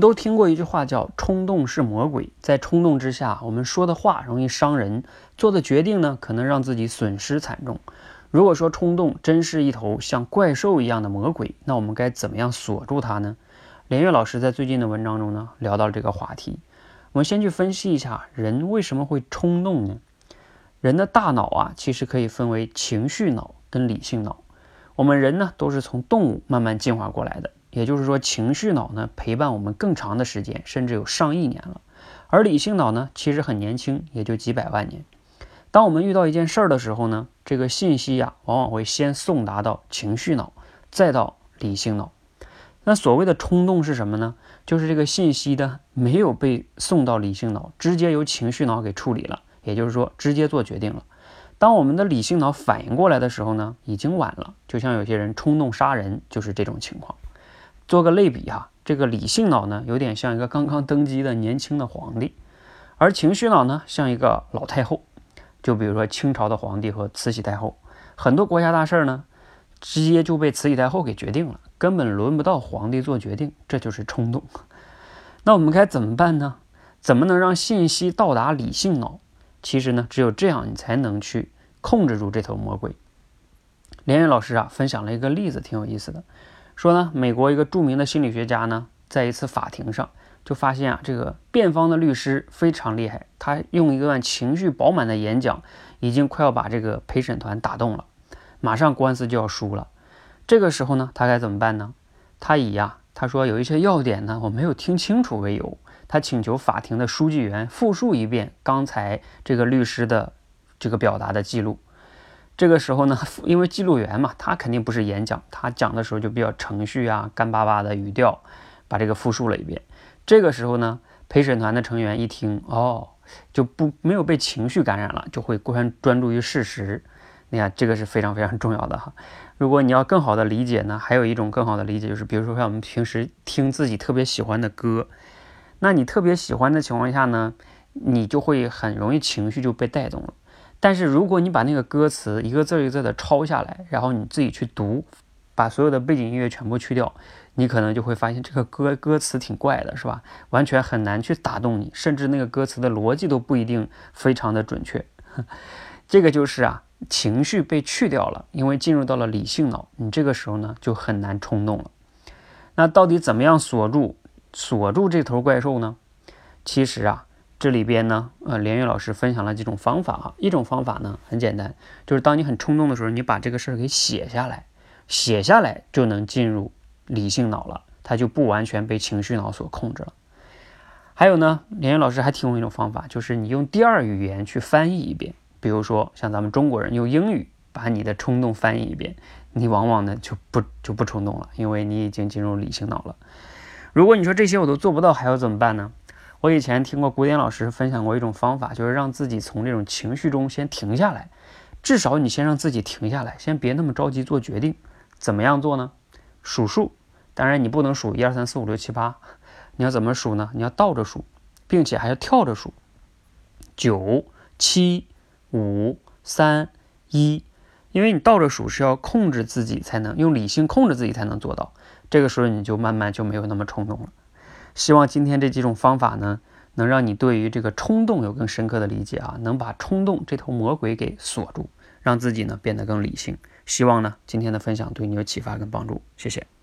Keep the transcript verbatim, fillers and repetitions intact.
都听过一句话叫冲动是魔鬼，在冲动之下，我们说的话容易伤人，做的决定呢可能让自己损失惨重。如果说冲动真是一头像怪兽一样的魔鬼，那我们该怎么样锁住它呢？连岳老师在最近的文章中呢聊到了这个话题。我们先去分析一下人为什么会冲动呢？人的大脑啊其实可以分为情绪脑跟理性脑。我们人呢都是从动物慢慢进化过来的，也就是说情绪脑呢陪伴我们更长的时间，甚至有上亿年了。而理性脑呢其实很年轻，也就几百万年。当我们遇到一件事儿的时候呢，这个信息呀、啊、往往会先送达到情绪脑，再到理性脑。那所谓的冲动是什么呢？就是这个信息呢没有被送到理性脑，直接由情绪脑给处理了，也就是说直接做决定了。当我们的理性脑反应过来的时候呢，已经晚了。就像有些人冲动杀人，就是这种情况。做个类比哈，这个理性脑呢有点像一个刚刚登基的年轻的皇帝，而情绪脑呢像一个老太后。就比如说清朝的皇帝和慈禧太后，很多国家大事呢直接就被慈禧太后给决定了，根本轮不到皇帝做决定，这就是冲动。那我们该怎么办呢？怎么能让信息到达理性脑？其实呢只有这样你才能去控制住这头魔鬼。连岳老师啊分享了一个例子挺有意思的，说呢美国一个著名的心理学家呢在一次法庭上就发现啊这个辩方的律师非常厉害，他用一段情绪饱满的演讲已经快要把这个陪审团打动了，马上官司就要输了。这个时候呢他该怎么办呢？他以呀、啊、他说有一些要点呢我没有听清楚为由，他请求法庭的书记员复述一遍刚才这个律师的这个表达的记录。这个时候呢，因为记录员嘛，他肯定不是演讲，他讲的时候就比较程序啊，干巴巴的语调，把这个复述了一遍。这个时候呢，陪审团的成员一听，哦，就不没有被情绪感染了，就会关专注于事实。你看，这个是非常非常重要的哈。如果你要更好的理解呢，还有一种更好的理解就是，比如说像我们平时听自己特别喜欢的歌，那你特别喜欢的情况下呢，你就会很容易情绪就被带动了。但是如果你把那个歌词一个字一个字的抄下来，然后你自己去读，把所有的背景音乐全部去掉，你可能就会发现这个歌歌词挺怪的，是吧？完全很难去打动你，甚至那个歌词的逻辑都不一定非常的准确。这个就是啊，情绪被去掉了，因为进入到了理性脑，你这个时候呢就很难冲动了。那到底怎么样锁住锁住这头怪兽呢？其实啊这里边呢，呃，连岳老师分享了几种方法啊。一种方法呢很简单，就是当你很冲动的时候，你把这个事儿给写下来，写下来就能进入理性脑了，它就不完全被情绪脑所控制了。还有呢，连岳老师还提供一种方法，就是你用第二语言去翻译一遍，比如说像咱们中国人用英语把你的冲动翻译一遍，你往往呢就不就不冲动了，因为你已经进入理性脑了。如果你说这些我都做不到，还要怎么办呢？我以前听过古典老师分享过一种方法，就是让自己从这种情绪中先停下来，至少你先让自己停下来，先别那么着急做决定。怎么样做呢？数数，当然你不能数一二三四五六七八，你要怎么数呢？你要倒着数，并且还要跳着数，九七五三一，因为你倒着数是要控制自己才能用理性控制自己才能做到，这个时候你就慢慢就没有那么冲动了。希望今天这几种方法呢，能让你对于这个冲动有更深刻的理解啊，能把冲动这头魔鬼给锁住，让自己呢变得更理性。希望呢今天的分享对你有启发跟帮助，谢谢。